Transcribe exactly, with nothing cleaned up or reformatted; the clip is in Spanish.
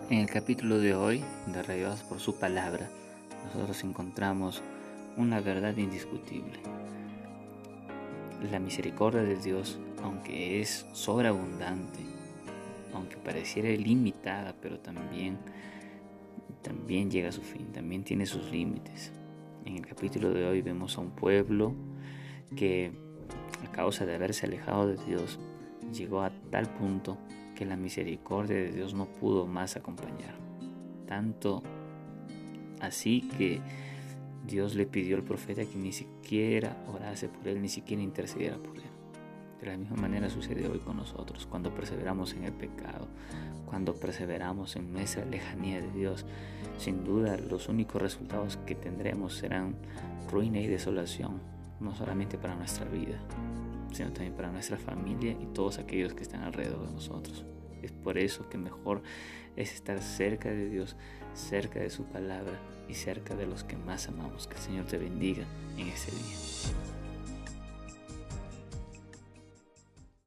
En el capítulo de hoy, de Reavivados por su palabra, nosotros encontramos una verdad indiscutible. La misericordia de Dios, aunque es sobreabundante, aunque pareciera ilimitada, pero también, también llega a su fin, también tiene sus límites. En el capítulo de hoy vemos a un pueblo que, a causa de haberse alejado de Dios, llegó a tal punto que la misericordia de Dios no pudo más acompañar. Tanto así que Dios le pidió al profeta que ni siquiera orase por él, ni siquiera intercediera por él. De la misma manera sucede hoy con nosotros, cuando perseveramos en el pecado, cuando perseveramos en nuestra lejanía de Dios. Sin duda, los únicos resultados que tendremos serán ruina y desolación, no solamente para nuestra vida, sino también para nuestra familia y todos aquellos que están alrededor de nosotros. Es por eso que mejor es estar cerca de Dios, cerca de su palabra y cerca de los que más amamos. Que el Señor te bendiga en ese día.